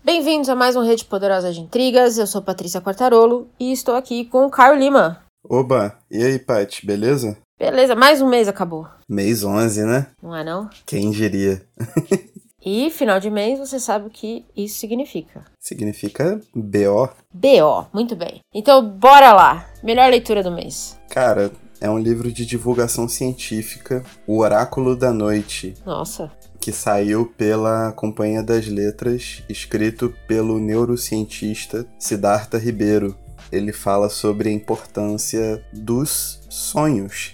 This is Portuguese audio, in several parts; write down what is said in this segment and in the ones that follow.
Bem-vindos a mais um Rede Poderosa de Intrigas, eu sou Patrícia Quartarolo e estou aqui com o Caio Lima. Oba, e aí, Paty, beleza? Beleza, mais um mês acabou. Mês 11, né? Não é não? Quem diria? E final de mês, você sabe o que isso significa. Significa BO. BO, muito bem. Então, bora lá. Melhor leitura do mês. Cara, é um livro de divulgação científica, O Oráculo da Noite. Nossa. Que saiu pela Companhia das Letras, escrito pelo neurocientista Siddhartha Ribeiro. Ele fala sobre a importância dos sonhos.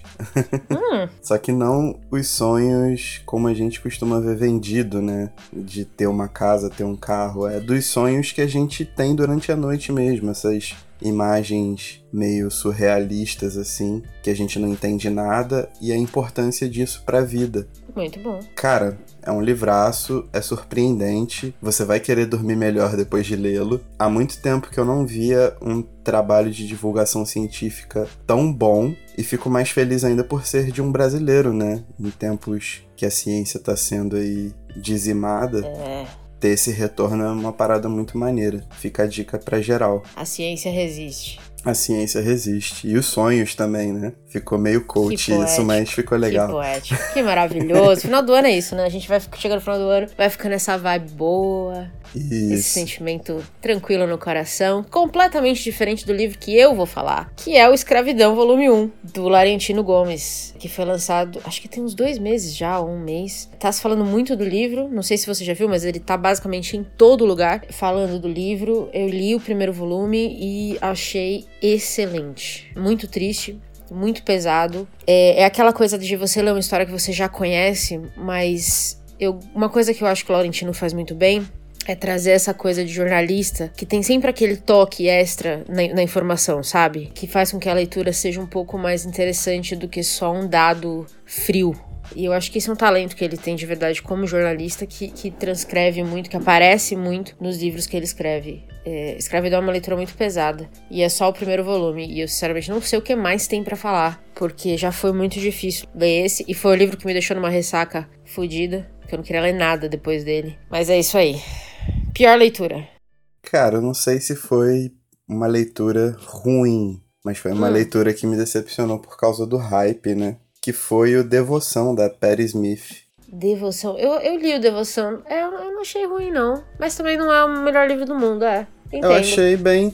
Só que não os sonhos como a gente costuma ver vendido, né? De ter uma casa, ter um carro. É dos sonhos que a gente tem durante a noite mesmo. Essas imagens meio surrealistas, assim, que a gente não entende nada. E a importância disso pra vida. Muito bom. Cara, é um livraço, é surpreendente. Você vai querer dormir melhor depois de lê-lo. Há muito tempo que eu não via um trabalho de divulgação científica tão bom. E fico mais feliz ainda por ser de um brasileiro, né? Em tempos que a ciência tá sendo aí dizimada. Ter esse retorno é uma parada muito maneira. Fica a dica pra geral. A ciência resiste. A ciência resiste. E os sonhos também, né? Ficou meio coach isso, mas ficou legal. Que poético, que maravilhoso. Final do ano é isso, né? A gente vai chegando no final do ano, vai ficando essa vibe boa. Isso. Esse sentimento tranquilo no coração. Completamente diferente do livro que eu vou falar, que é o Escravidão, volume 1, do Laurentino Gomes, que foi lançado, acho que tem uns 2 meses já, ou 1 mês. Tá se falando muito do livro, não sei se você já viu, mas ele tá basicamente em todo lugar falando do livro. Eu li o primeiro volume e achei excelente. Muito triste, muito pesado. É aquela coisa de você ler uma história que você já conhece, mas uma coisa que eu acho que o Laurentino faz muito bem é trazer essa coisa de jornalista que tem sempre aquele toque extra na informação, sabe? Que faz com que a leitura seja um pouco mais interessante do que só um dado frio. E eu acho que esse é um talento que ele tem de verdade como jornalista, que transcreve muito, que aparece muito nos livros que ele escreve. Escravidão é uma leitura muito pesada, e é só o primeiro volume, e eu sinceramente não sei o que mais tem pra falar, porque já foi muito difícil ler esse, e foi o livro que me deixou numa ressaca fodida, que eu não queria ler nada depois dele. Mas é isso aí. Pior leitura. Cara, eu não sei se foi uma leitura ruim, mas foi uma leitura que me decepcionou por causa do hype, né? Que foi o Devoção, da Patti Smith. Devoção? Eu li o Devoção. Eu não achei ruim, não. Mas também não é o melhor livro do mundo, Entendo. Eu achei bem,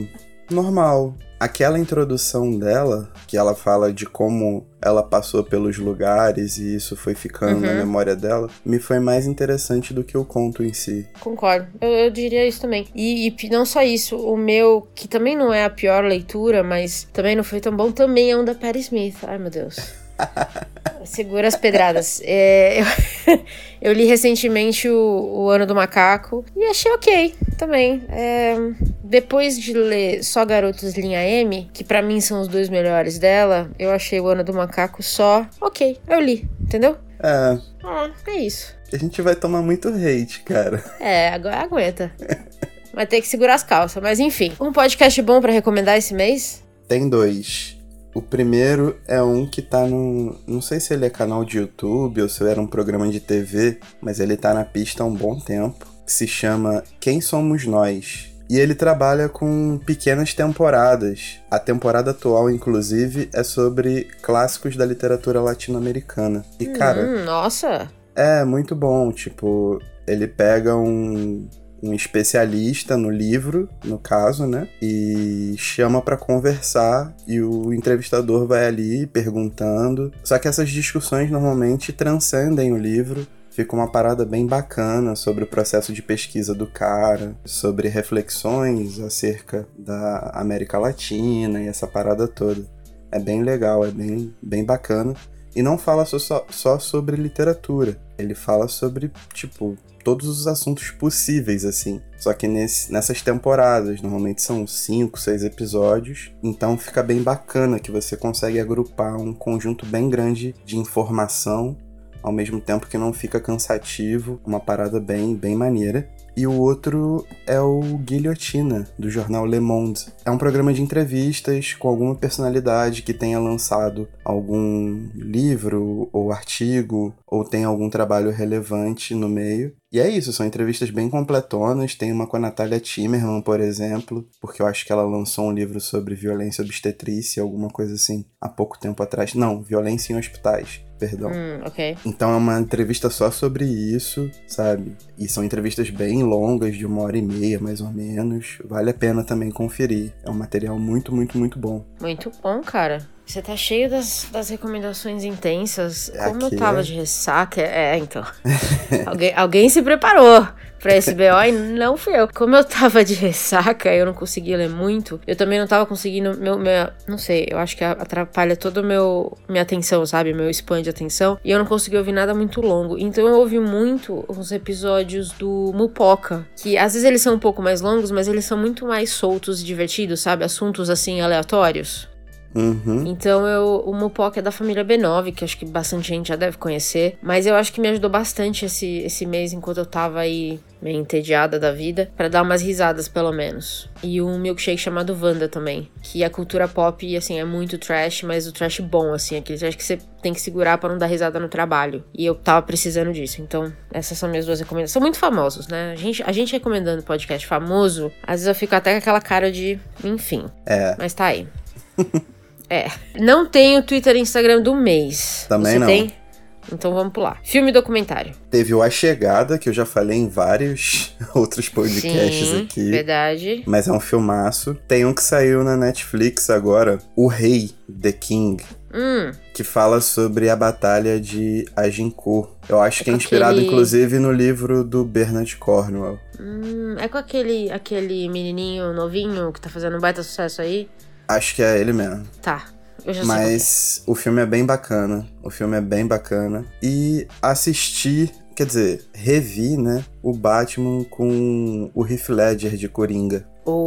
normal. Aquela introdução dela, que ela fala de como ela passou pelos lugares e isso foi ficando na memória dela, me foi mais interessante do que o conto em si. Concordo, eu diria isso também. E não só isso, o meu, que também não é a pior leitura, mas também não foi tão bom, também é um da Patti Smith. Ai, meu Deus. Segura as pedradas. Eu li recentemente o Ano do Macaco e achei ok também. Depois de ler Só Garotos Linha M, que pra mim são os 2 melhores dela, eu achei o Ano do Macaco só ok. Eu li, entendeu? É isso. A gente vai tomar muito hate, cara. Agora aguenta. Vai ter que segurar as calças, mas enfim. Um podcast bom pra recomendar esse mês? Tem 2. O primeiro é um que tá não sei se ele é canal de YouTube ou se era um programa de TV, mas ele tá na pista há um bom tempo, que se chama Quem Somos Nós? E ele trabalha com pequenas temporadas. A temporada atual, inclusive, é sobre clássicos da literatura latino-americana. E, cara... Nossa! É muito bom, ele pega um especialista no livro, no caso, né? E chama pra conversar e o entrevistador vai ali perguntando. Só que essas discussões normalmente transcendem o livro. Fica uma parada bem bacana sobre o processo de pesquisa do cara, sobre reflexões acerca da América Latina e essa parada toda. É bem legal, é bem bacana. E não fala só sobre literatura. Ele fala sobre, todos os assuntos possíveis, assim. Só que nessas temporadas, normalmente são 5, 6 episódios. Então fica bem bacana que você consegue agrupar um conjunto bem grande de informação, ao mesmo tempo que não fica cansativo. Uma parada bem maneira. E o outro é o Guilhotina, do jornal Le Monde. É um programa de entrevistas com alguma personalidade que tenha lançado algum livro ou artigo, ou tem algum trabalho relevante no meio. E é isso, são entrevistas bem completonas. Tem uma com a Natália Timmerman, por exemplo, porque eu acho que ela lançou um livro sobre violência obstetrícia, alguma coisa assim, há pouco tempo atrás. Não, violência em hospitais, perdão. Ok. Então é uma entrevista só sobre isso, sabe? E são entrevistas bem longas, de 1h30, mais ou menos. Vale a pena também conferir. É um material muito, muito, muito bom. Muito bom, cara. Você tá cheio das recomendações intensas. Como Aqui eu tava de ressaca... então. alguém se preparou pra esse BO e não fui eu. Como eu tava de ressaca, eu não conseguia ler muito. Eu também não tava conseguindo... não sei, eu acho que atrapalha toda minha atenção, sabe? Meu span de atenção. E eu não consegui ouvir nada muito longo. Então eu ouvi muito os episódios do Mupoca. Que às vezes eles são um pouco mais longos, mas eles são muito mais soltos e divertidos, sabe? Assuntos assim, aleatórios. Uhum. Então o Mupoca é da família B9, que acho que bastante gente já deve conhecer, mas eu acho que me ajudou bastante esse mês enquanto eu tava aí meio entediada da vida, pra dar umas risadas pelo menos. E um milkshake chamado Wanda também, que a cultura pop, assim, é muito trash, mas o trash bom, assim, aquele trash que você tem que segurar pra não dar risada no trabalho. E eu tava precisando disso, então essas são minhas 2 recomendações. São muito famosos, né? A gente recomendando podcast famoso, às vezes eu fico até com aquela cara de, enfim. Mas tá aí. Não tenho Twitter e Instagram do mês. Também Você não. tem? Então vamos pular. Filme e documentário. Teve o A Chegada, que eu já falei em vários outros podcasts Sim, aqui. Verdade. Mas é um filmaço. Tem um que saiu na Netflix agora, O Rei, The King, que fala sobre a Batalha de Agincourt. Eu acho que é inspirado, inclusive, no livro do Bernard Cornwell. É com aquele menininho novinho que tá fazendo um baita sucesso aí? Acho que é ele mesmo. Tá, eu já sei. Mas o filme é bem bacana. E revi, né, o Batman com o Heath Ledger de Coringa.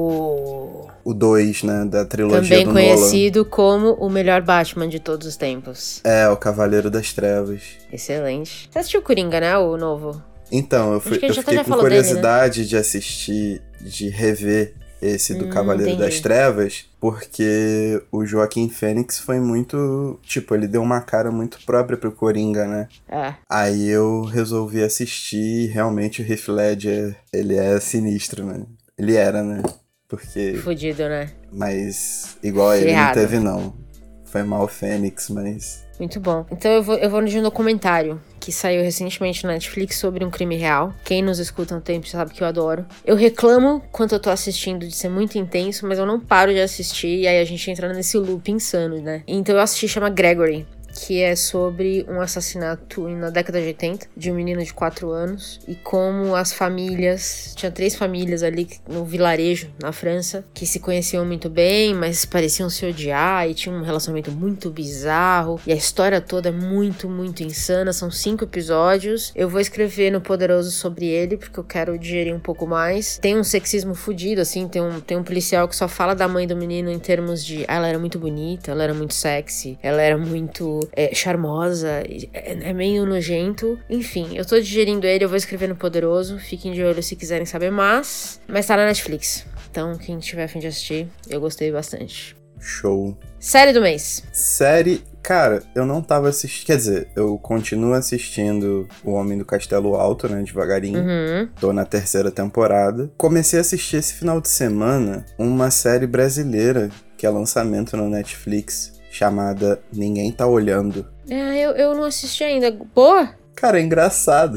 O 2, né, da trilogia também do Nolan. Também conhecido como o melhor Batman de todos os tempos. É, o Cavaleiro das Trevas. Excelente. Você assistiu Coringa, né, o novo? Então, eu fiquei com curiosidade dele, né? De assistir, de rever esse do Cavaleiro das Trevas, porque o Joaquim Fênix foi muito... Tipo, ele deu uma cara muito própria pro Coringa, né? Aí eu resolvi assistir, e realmente o Heath Ledger, ele é sinistro, né? Ele era, né? Porque... Fudido, né? Mas igual ele não teve, não. Foi mal o Fênix, mas... Muito bom. Então eu vou de um documentário que saiu recentemente na Netflix sobre um crime real. Quem nos escuta há um tempo sabe que eu adoro. Eu reclamo quando eu tô assistindo de ser muito intenso, mas eu não paro de assistir e aí a gente entra nesse loop insano, né? Então eu assisti, chama Gregory, que é sobre um assassinato na década de 80 de um menino de 4 anos e como as famílias, tinha 3 famílias ali no vilarejo na França que se conheciam muito bem, mas pareciam se odiar e tinham um relacionamento muito bizarro e a história toda é muito, muito insana. São 5 episódios. Eu vou escrever no Poderoso sobre ele porque eu quero digerir um pouco mais. Tem um sexismo fudido, assim, tem um policial que só fala da mãe do menino em termos de ela era muito bonita, ela era muito sexy, ela era muito charmosa, é meio nojento. Enfim, eu tô digerindo ele, eu vou escrever no Poderoso. Fiquem de olho se quiserem saber mais. Mas tá na Netflix. Então, quem tiver a fim de assistir, eu gostei bastante. Show. Série do mês. Série, cara, eu não tava assistindo... Quer dizer, eu continuo assistindo O Homem do Castelo Alto, né, devagarinho. Tô na 3ª temporada. Comecei a assistir esse final de semana uma série brasileira que é lançamento no Netflix, chamada Ninguém Tá Olhando. Eu não assisti ainda. Boa? Cara, é engraçado.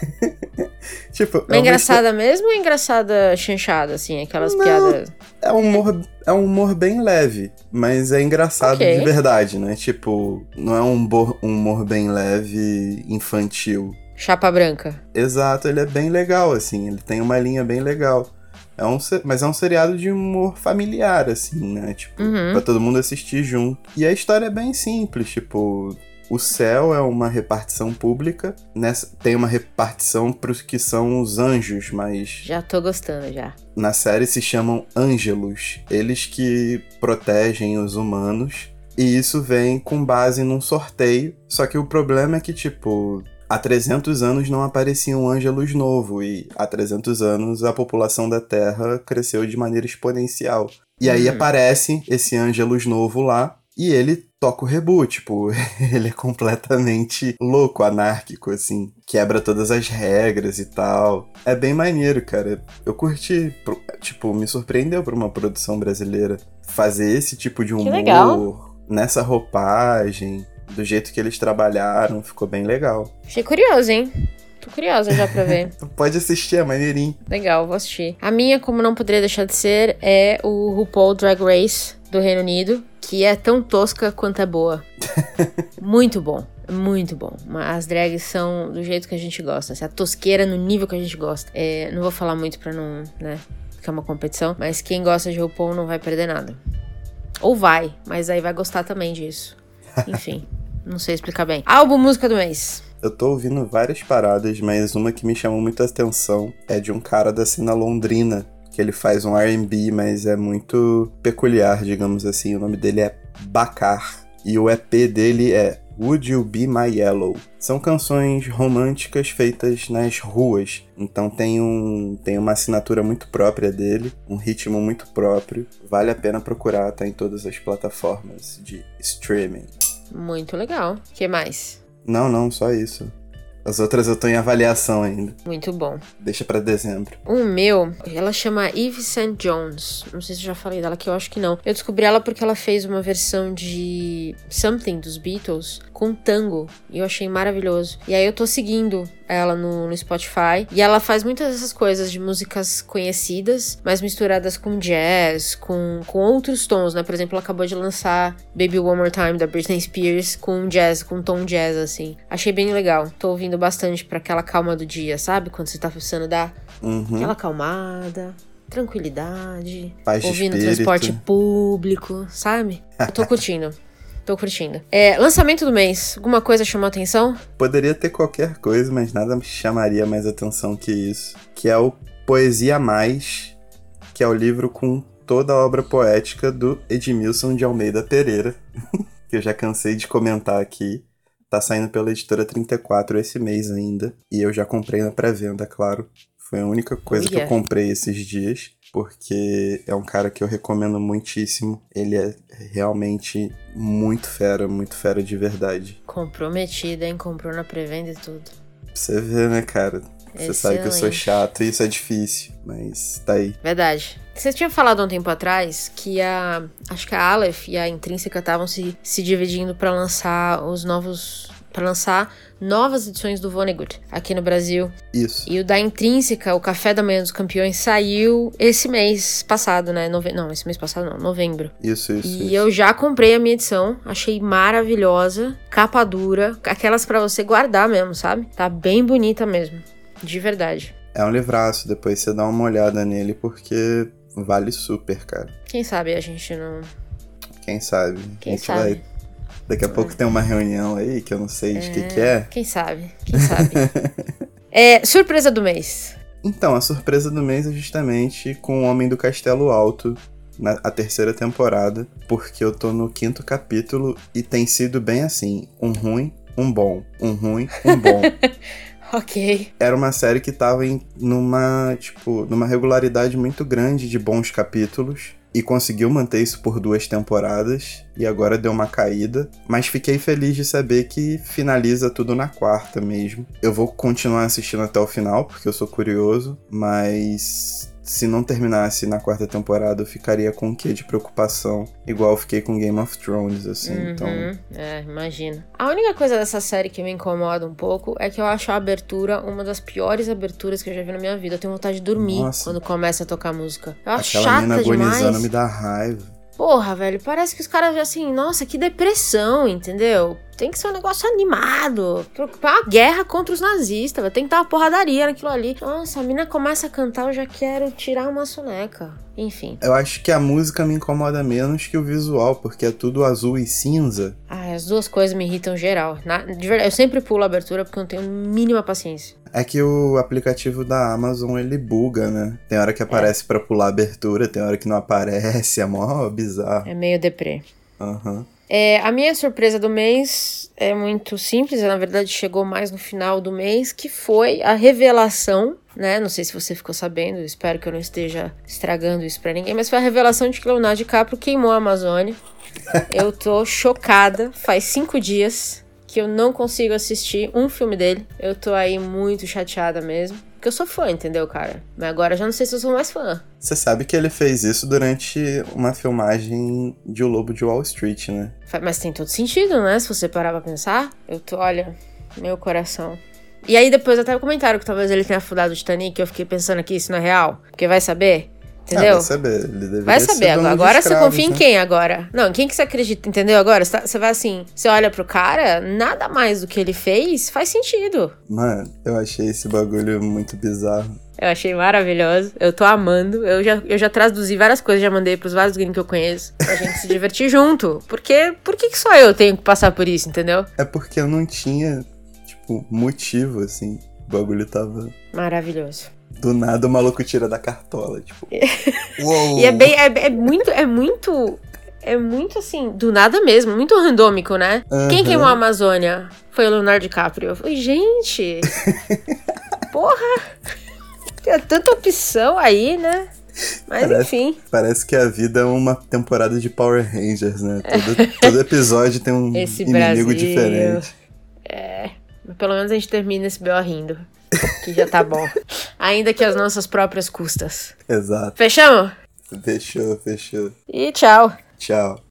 Tipo, é engraçada mesmo ou é engraçada chanchada, assim? Aquelas piadas... É um humor bem leve, mas é engraçado de verdade, né? Tipo, não é um humor bem leve, infantil. Chapa branca. Exato, ele é bem legal, assim. Ele tem uma linha bem legal. Mas é um seriado de humor familiar, assim, né? Tipo, pra todo mundo assistir junto. E a história é bem simples, tipo... O céu é uma repartição pública. Tem uma repartição pros que são os anjos, mas... Já tô gostando, já. Na série se chamam ângelos. Eles que protegem os humanos. E isso vem com base num sorteio. Só que o problema é que, tipo... Há 300 anos não aparecia um ângelus novo. E há 300 anos a população da Terra cresceu de maneira exponencial. E aí aparece esse ângelus novo lá. E ele toca o rebu, tipo, ele é completamente louco, anárquico, assim. Quebra todas as regras e tal. É bem maneiro, cara. Eu curti, tipo, me surpreendeu pra uma produção brasileira fazer esse tipo de humor, legal. nessa roupagem, do jeito que eles trabalharam, ficou bem legal. Achei curioso, hein? Tô curiosa já pra ver. Pode assistir, é maneirinho. Legal, vou assistir. A minha, como não poderia deixar de ser, é o RuPaul Drag Race do Reino Unido, que é tão tosca quanto é boa. Muito bom. Muito bom. As drags são do jeito que a gente gosta. A tosqueira no nível que a gente gosta. Não vou falar muito pra não, né, ficar uma competição. Mas quem gosta de RuPaul não vai perder nada. Ou vai, mas aí vai gostar também disso. Enfim, não sei explicar bem. Álbum Música do Mês. Eu tô ouvindo várias paradas, mas uma que me chamou muita atenção é de um cara da cena londrina, que ele faz um R&B, mas é muito peculiar, digamos assim. O nome dele é Bakar. E o EP dele é Would You Be My Yellow? São canções românticas feitas nas ruas. Então tem uma assinatura muito própria dele, um ritmo muito próprio. Vale a pena procurar, tá em todas as plataformas de streaming. Muito legal. O que mais? Não, só isso. As outras eu tô em avaliação ainda. Muito bom. Deixa pra dezembro. O meu, ela chama Eve St. Jones. Não sei se eu já falei dela, que eu acho que não. Eu descobri ela porque ela fez uma versão de Something dos Beatles com tango. E eu achei maravilhoso. E aí eu tô seguindo ela no Spotify. E ela faz muitas dessas coisas de músicas conhecidas, mas misturadas com jazz, com outros tons, né? Por exemplo, ela acabou de lançar Baby One More Time, da Britney Spears, com jazz, com tom jazz, assim. Achei bem legal. Tô ouvindo bastante pra aquela calma do dia, sabe? Quando você tá precisando dar aquela acalmada, tranquilidade. Paz de ouvindo espírito. Transporte público, sabe? Eu tô curtindo. Tô curtindo. Lançamento do mês. Alguma coisa chamou a atenção? Poderia ter qualquer coisa, mas nada me chamaria mais atenção que isso. Que é o Poesia Mais, que é o livro com toda a obra poética do Edmilson de Almeida Pereira, que eu já cansei de comentar aqui. Tá saindo pela editora 34 esse mês ainda, e eu já comprei na pré-venda, claro. Foi a única coisa que eu comprei esses dias, porque é um cara que eu recomendo muitíssimo. Ele é realmente muito fera de verdade. Comprometido, hein? Comprou na pré-venda e tudo. Você vê, né, cara? Você sabe que eu sou chato e isso é difícil, mas tá aí. Verdade. Você tinha falado há um tempo atrás que acho que a Aleph e a Intrínseca estavam se dividindo pra lançar novas edições do Vonnegut aqui no Brasil. Isso. E o da Intrínseca, o Café da Manhã dos Campeões, saiu esse mês passado, né? Não, esse mês passado não, novembro. Isso. E eu já comprei a minha edição, achei maravilhosa, capa dura, aquelas pra você guardar mesmo, sabe? Tá bem bonita mesmo, de verdade. É um livraço, depois você dá uma olhada nele, porque vale super, cara. Quem sabe a gente não... Quem sabe? Quem sabe? Daqui a pouco tem uma reunião aí que eu não sei de que é. Quem sabe? Surpresa do mês. Então, a surpresa do mês é justamente com o Homem do Castelo Alto, a terceira temporada, porque eu tô no 5º capítulo e tem sido bem assim, um ruim, um bom, um ruim, um bom. Ok. Era uma série que tava numa regularidade muito grande de bons capítulos. E conseguiu manter isso por 2 temporadas. E agora deu uma caída. Mas fiquei feliz de saber que finaliza tudo na 4ª mesmo. Eu vou continuar assistindo até o final, porque eu sou curioso. Mas se não terminasse na 4ª temporada, eu ficaria com um quê de preocupação. Igual eu fiquei com Game of Thrones, assim. Então... imagino. A única coisa dessa série que me incomoda um pouco é que eu acho a abertura uma das piores aberturas que eu já vi na minha vida. Eu tenho vontade de dormir quando começa a tocar música. Eu acho chata demais. Aquela mina agonizando me dá raiva. Porra, velho, parece que os caras assim, nossa, que depressão, entendeu? Tem que ser um negócio animado. Uma guerra contra os nazistas, vai ter que dar uma porradaria naquilo ali. Nossa, a mina começa a cantar, eu já quero tirar uma soneca. Enfim. Eu acho que a música me incomoda menos que o visual, porque é tudo azul e cinza. As duas coisas me irritam geral. De verdade, eu sempre pulo a abertura porque eu não tenho mínima paciência. É que o aplicativo da Amazon, ele buga, né? Tem hora que aparece pra pular a abertura, tem hora que não aparece, é mó bizarro. É meio deprê. Aham. A minha surpresa do mês é muito simples, na verdade chegou mais no final do mês, que foi a revelação, né? Não sei se você ficou sabendo, espero que eu não esteja estragando isso pra ninguém, mas foi a revelação de que Leonardo DiCaprio queimou a Amazônia. Eu tô chocada, faz 5 dias que eu não consigo assistir um filme dele. Eu tô aí muito chateada mesmo. Porque eu sou fã, entendeu, cara? Mas agora eu já não sei se eu sou mais fã. Você sabe que ele fez isso durante uma filmagem de O Lobo de Wall Street, né? Mas tem todo sentido, né? Se você parar pra pensar. Eu tô, olha, meu coração. E aí depois até comentaram que talvez ele tenha afundado o Titanic. Eu fiquei pensando aqui, isso não é real. Porque vai saber... Entendeu? Vai saber, ele deveria vai saber ser dono agora de escravos, você confia em quem agora? Não, em quem que você acredita, entendeu? Agora, você vai assim, você olha pro cara, nada mais do que ele fez faz sentido. Mano, eu achei esse bagulho muito bizarro. Eu achei maravilhoso, eu tô amando. Eu já traduzi várias coisas, já mandei pros vários gringos que eu conheço, pra gente se divertir junto. Porque, por que só eu tenho que passar por isso, entendeu? É porque eu não tinha, tipo, motivo, assim. O bagulho tava... Maravilhoso. Do nada o maluco tira da cartola, tipo... Uou. E é muito assim, do nada mesmo, muito randômico, né? Quem queimou a Amazônia? Foi o Leonardo DiCaprio. Eu falei, gente... Porra! Tem tanta opção aí, né? Mas enfim. Parece que a vida é uma temporada de Power Rangers, né? Todo episódio tem um inimigo diferente. Mas pelo menos a gente termina esse B.O. rindo. Que já tá bom. Ainda que às nossas próprias custas. Exato. Fechamos? Fechou. E tchau. Tchau.